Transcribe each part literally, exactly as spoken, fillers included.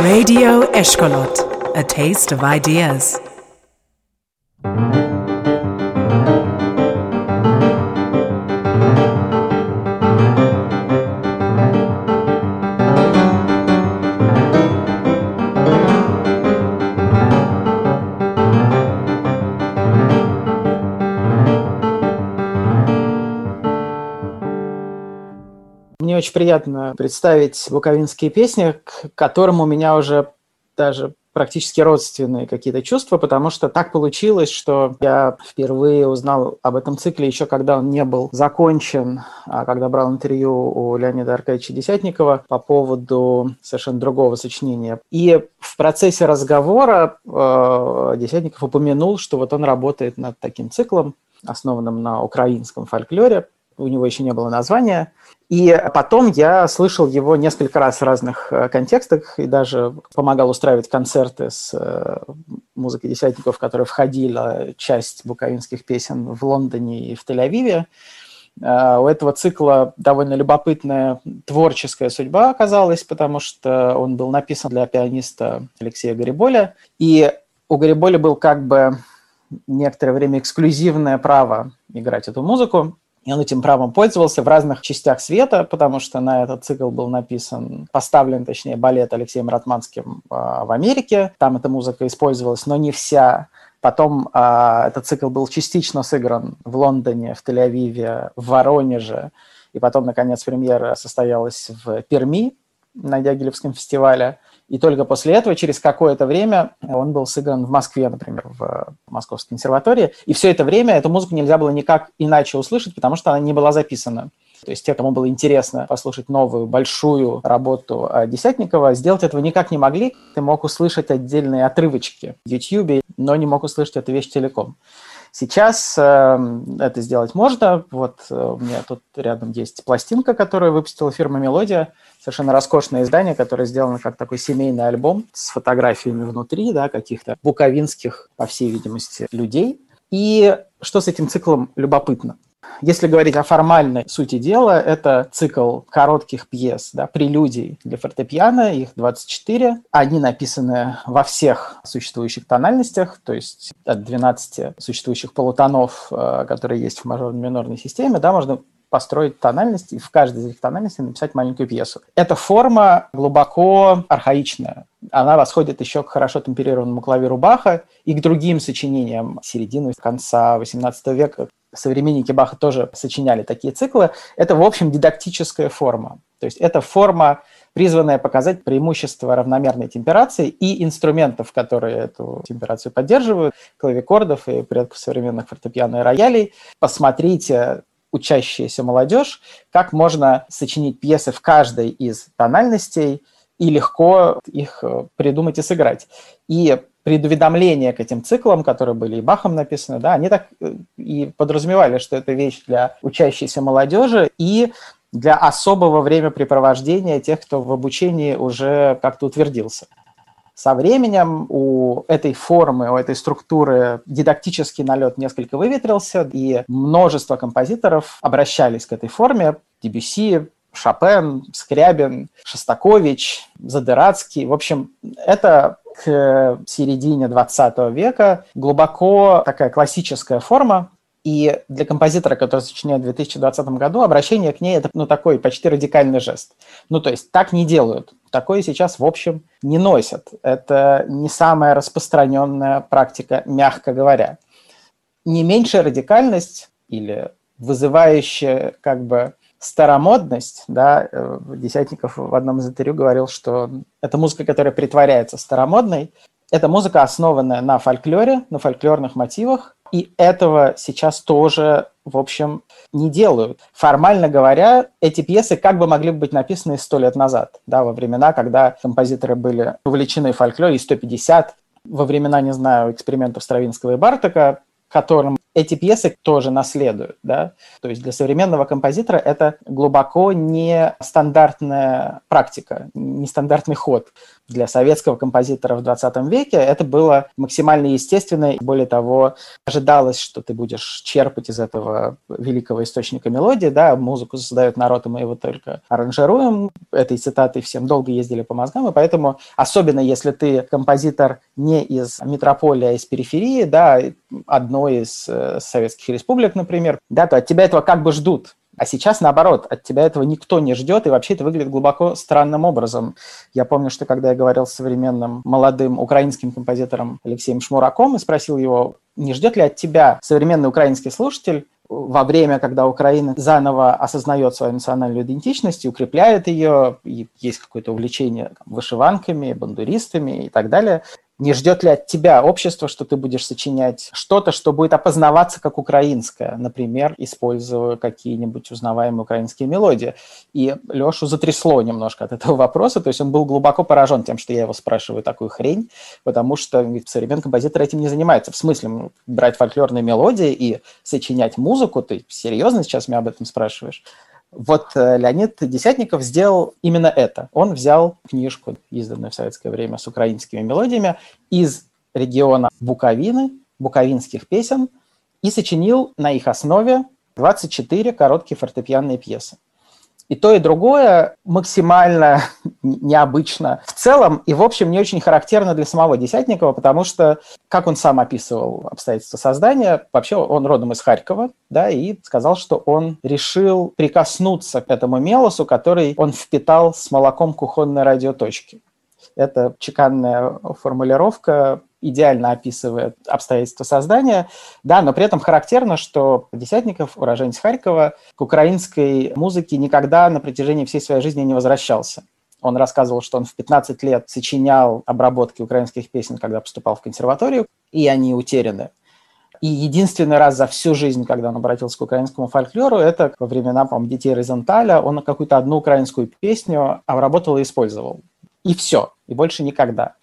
Radio Eshkolot, a taste of ideas. Мне очень приятно представить буковинские песни, к которым у меня уже даже практически родственные какие-то чувства, потому что так получилось, что я впервые узнал об этом цикле еще когда он не был закончен, а когда брал интервью у Леонида Аркадьевича Десятникова по поводу совершенно другого сочинения. И в процессе разговора э, Десятников упомянул, что вот он работает над таким циклом, основанным на украинском фольклоре. У него еще не было названия. И потом я слышал его несколько раз в разных контекстах и даже помогал устраивать концерты с музыкой Десятников, в которой входила часть буковинских песен в Лондоне и в Тель-Авиве. У этого цикла довольно любопытная творческая судьба оказалась, потому что он был написан для пианиста Алексея Гариболя. И у Гариболя был как бы некоторое время эксклюзивное право играть эту музыку. И он этим правом пользовался в разных частях света, потому что на этот цикл был написан, поставлен, точнее, балет Алексеем Ратманским э, в Америке. Там эта музыка использовалась, но не вся. Потом э, этот цикл был частично сыгран в Лондоне, в Тель-Авиве, в Воронеже. И потом, наконец, премьера состоялась в Перми на Дягилевском фестивале. И только после этого, через какое-то время, он был сыгран в Москве, например, в Московской консерватории. И все это время эту музыку нельзя было никак иначе услышать, потому что она не была записана. То есть те, кому было интересно послушать новую большую работу Десятникова, сделать этого никак не могли. Ты мог услышать отдельные отрывочки в YouTube, но не мог услышать эту вещь целиком. Сейчас э, это сделать можно. Вот э, у меня тут рядом есть пластинка, которую выпустила фирма «Мелодия». Совершенно роскошное издание, которое сделано как такой семейный альбом с фотографиями внутри, да, каких-то буковинских, по всей видимости, людей. И что с этим циклом любопытно? Если говорить о формальной сути дела, это цикл коротких пьес, да, прелюдий для фортепиано, их двадцать четыре. Они написаны во всех существующих тональностях, то есть от двенадцати существующих полутонов, которые есть в мажорно-минорной системе, да, можно построить тональность и в каждой из этих тональностей написать маленькую пьесу. Эта форма глубоко архаичная. Она восходит еще к хорошо темперированному клавиру Баха и к другим сочинениям середины, конца восемнадцатого века. Современники Баха тоже сочиняли такие циклы. Это, в общем, дидактическая форма. То есть это форма, призванная показать преимущество равномерной темперации и инструментов, которые эту темперацию поддерживают, клавикордов и предков современных фортепиано и роялей. Посмотрите, учащаяся молодежь, как можно сочинить пьесы в каждой из тональностей и легко их придумать и сыграть. И предуведомления к этим циклам, которые были и Бахом написаны, да, они так и подразумевали, что это вещь для учащейся молодежи и для особого времяпрепровождения тех, кто в обучении уже как-то утвердился. Со временем у этой формы, у этой структуры дидактический налет несколько выветрился, и множество композиторов обращались к этой форме. Дебюсси, Шопен, Скрябин, Шостакович, Задырацкий. В общем, это к середине двадцатого века глубоко такая классическая форма. И для композитора, который сочиняет в две тысячи двадцатом году, обращение к ней – это ну, такой почти радикальный жест. Ну, то есть так не делают. Такое сейчас, в общем, не носят. Это не самая распространенная практика, мягко говоря. Не меньшая радикальность или вызывающая как бы старомодность, да, Десятников в одном из интервью говорил, что это музыка, которая притворяется старомодной. Это музыка, основанная на фольклоре, на фольклорных мотивах, и этого сейчас тоже, в общем, не делают. Формально говоря, эти пьесы как бы могли быть написаны сто лет назад, да, во времена, когда композиторы были увлечены фольклором, и сто пятьдесят, во времена, не знаю, экспериментов Стравинского и Бартака, которым эти пьесы тоже наследуют, да. То есть для современного композитора это глубоко не стандартная практика, не стандартный ход. Для советского композитора в двадцатом веке это было максимально естественно. Более того, ожидалось, что ты будешь черпать из этого великого источника мелодии, да, музыку создает народ, и мы его только аранжируем. Этой цитатой всем долго ездили по мозгам, и поэтому, особенно если ты композитор не из метрополии, а из периферии, да, одной из э, советских республик, например, да, то от тебя этого как бы ждут. А сейчас, наоборот, от тебя этого никто не ждет, и вообще это выглядит глубоко странным образом. Я помню, что когда я говорил с современным молодым украинским композитором Алексеем Шмураком и спросил его, не ждет ли от тебя современный украинский слушатель во время, когда Украина заново осознает свою национальную идентичность и укрепляет ее, и есть какое-то увлечение там, вышиванками, бандуристами и так далее, не ждет ли от тебя общество, что ты будешь сочинять что-то, что будет опознаваться как украинское, например, используя какие-нибудь узнаваемые украинские мелодии. И Лешу затрясло немножко от этого вопроса, то есть он был глубоко поражен тем, что я его спрашиваю такую хрень, потому что современный композитор этим не занимается. В смысле, брать фольклорные мелодии и сочинять музыку, ты серьезно сейчас меня об этом спрашиваешь? Вот Леонид Десятников сделал именно это. Он взял книжку, изданную в советское время с украинскими мелодиями, из региона Буковины, буковинских песен, и сочинил на их основе двадцать четыре короткие фортепианные пьесы. И то, и другое максимально необычно в целом и, в общем, не очень характерно для самого Десятникова, потому что, как он сам описывал обстоятельства создания, вообще он родом из Харькова, да, и сказал, что он решил прикоснуться к этому мелосу, который он впитал с молоком кухонной радиоточки. Это чеканная формулировка, идеально описывает обстоятельства создания, да, но при этом характерно, что Десятников, уроженец Харькова, к украинской музыке никогда на протяжении всей своей жизни не возвращался. Он рассказывал, что он в пятнадцать лет сочинял обработки украинских песен, когда поступал в консерваторию, и они утеряны. И единственный раз за всю жизнь, когда он обратился к украинскому фольклору, это во времена, по-моему, детей Розенталя, он какую-то одну украинскую песню обработал и использовал. И все, и больше никогда.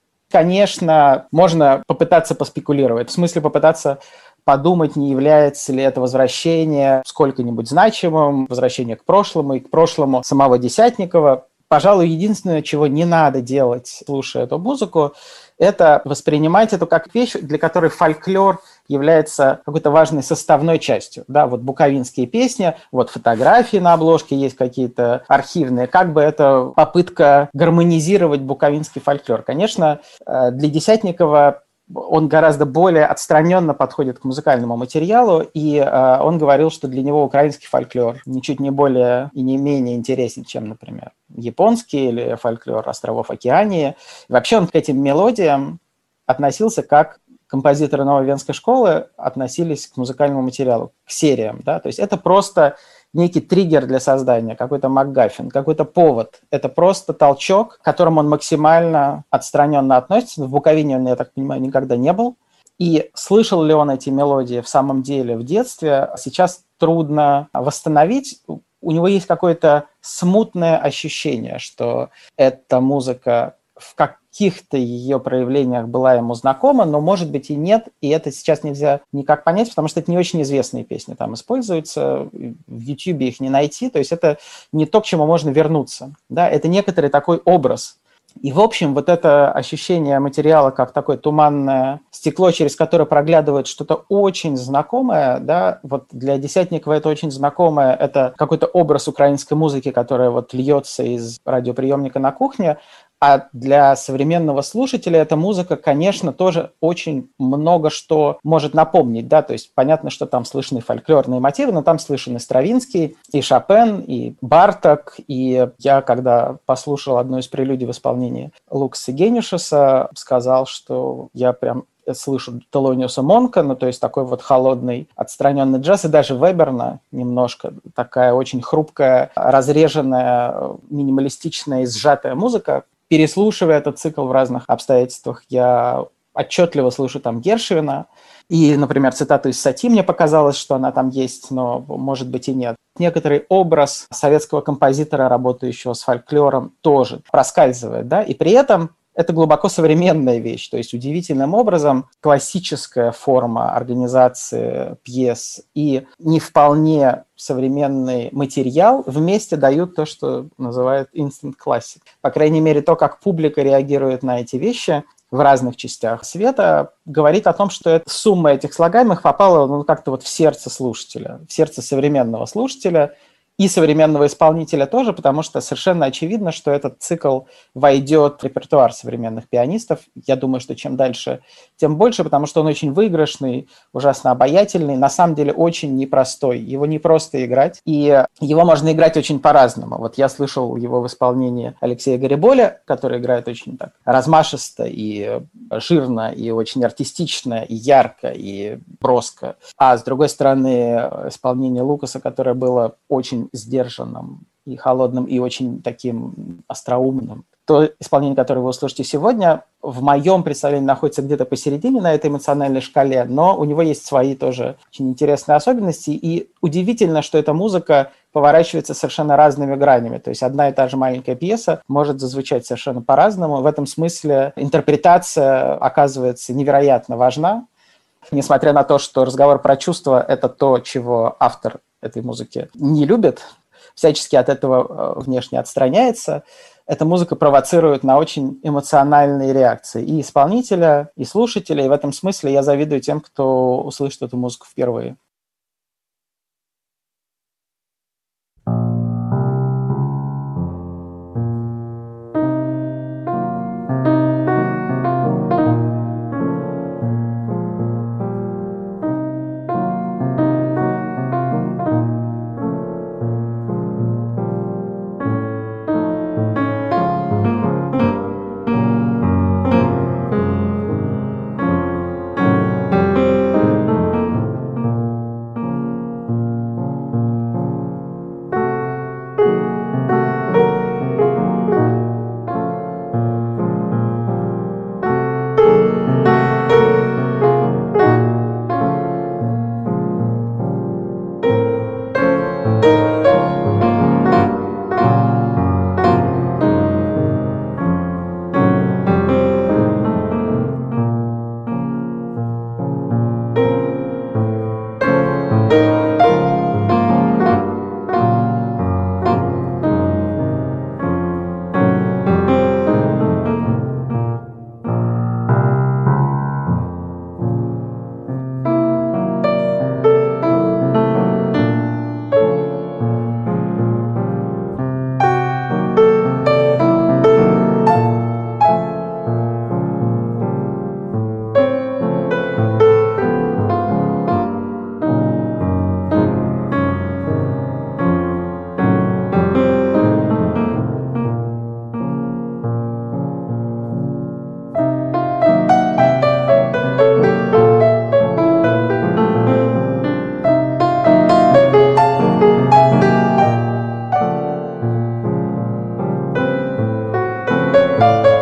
Конечно, можно попытаться поспекулировать, в смысле попытаться подумать, не является ли это возвращение сколько-нибудь значимым, возвращение к прошлому и к прошлому самого Десятникова. Пожалуй, единственное, чего не надо делать, слушая эту музыку, это воспринимать это как вещь, для которой фольклор является какой-то важной составной частью. Да, вот буковинские песни, вот фотографии на обложке есть какие-то архивные, как бы это попытка гармонизировать буковинский фольклор. Конечно, для Десятникова он гораздо более отстраненно подходит к музыкальному материалу, и э, он говорил, что для него украинский фольклор ничуть не более и не менее интересен, чем, например, японский или фольклор островов Океании. И вообще он к этим мелодиям относился как композиторы Новой Венской школы относились к музыкальному материалу, к сериям. Да? То есть это просто некий триггер для создания, какой-то макгаффин, какой-то повод. Это просто толчок, к которому он максимально отстраненно относится. В Буковине он, я так понимаю, никогда не был. И слышал ли он эти мелодии в самом деле в детстве, сейчас трудно восстановить. У него есть какое-то смутное ощущение, что эта музыка в каких-то ее проявлениях была ему знакома, но, может быть, и нет, и это сейчас нельзя никак понять, потому что это не очень известные песни там используются, в YouTube их не найти, то есть это не то, к чему можно вернуться, да, это некоторый такой образ. И, в общем, вот это ощущение материала как такое туманное стекло, через которое проглядывает что-то очень знакомое, да, вот для Десятникова это очень знакомое, это какой-то образ украинской музыки, которая вот льется из радиоприемника на кухне, а для современного слушателя эта музыка, конечно, тоже очень много что может напомнить, да, то есть понятно, что там слышны фольклорные мотивы, но там слышны Стравинский, и Шопен, и Барток, и я, когда послушал одну из прелюдий в исполнении Лукаса Генишеса, сказал, что я прям слышу Телониуса Монка, ну, то есть такой вот холодный, отстраненный джаз, и даже Веберна немножко такая очень хрупкая, разреженная, минималистичная и сжатая музыка. Переслушивая этот цикл в разных обстоятельствах, я отчетливо слышу там Гершвина. И, например, цитату из Сати мне показалось, что она там есть, но, может быть, и нет. Некоторый образ советского композитора, работающего с фольклором, тоже проскальзывает, да, и при этом это глубоко современная вещь. То есть удивительным образом классическая форма организации пьес и не вполне современный материал вместе дают то, что называют instant classic. По крайней мере, то, как публика реагирует на эти вещи в разных частях света, говорит о том, что эта сумма этих слагаемых попала ну, как-то вот в сердце слушателя, в сердце современного слушателя, и современного исполнителя тоже, потому что совершенно очевидно, что этот цикл войдет в репертуар современных пианистов. Я думаю, что чем дальше, тем больше, потому что он очень выигрышный, ужасно обаятельный, на самом деле очень непростой. Его не просто играть, и его можно играть очень по-разному. Вот я слышал его в исполнении Алексея Гариболя, который играет очень так размашисто и жирно, и очень артистично, и ярко, и броско. А с другой стороны, исполнение Лукаса, которое было очень сдержанным и холодным, и очень таким остроумным. То исполнение, которое вы услышите сегодня, в моем представлении находится где-то посередине на этой эмоциональной шкале, но у него есть свои тоже очень интересные особенности, и удивительно, что эта музыка поворачивается совершенно разными гранями. То есть одна и та же маленькая пьеса может зазвучать совершенно по-разному. В этом смысле интерпретация оказывается невероятно важна, несмотря на то, что разговор про чувства – это то, чего автор этой музыки не любит, всячески от этого внешне отстраняется. Эта музыка провоцирует на очень эмоциональные реакции и исполнителя, и слушателя. И в этом смысле я завидую тем, кто услышит эту музыку впервые. Thank you.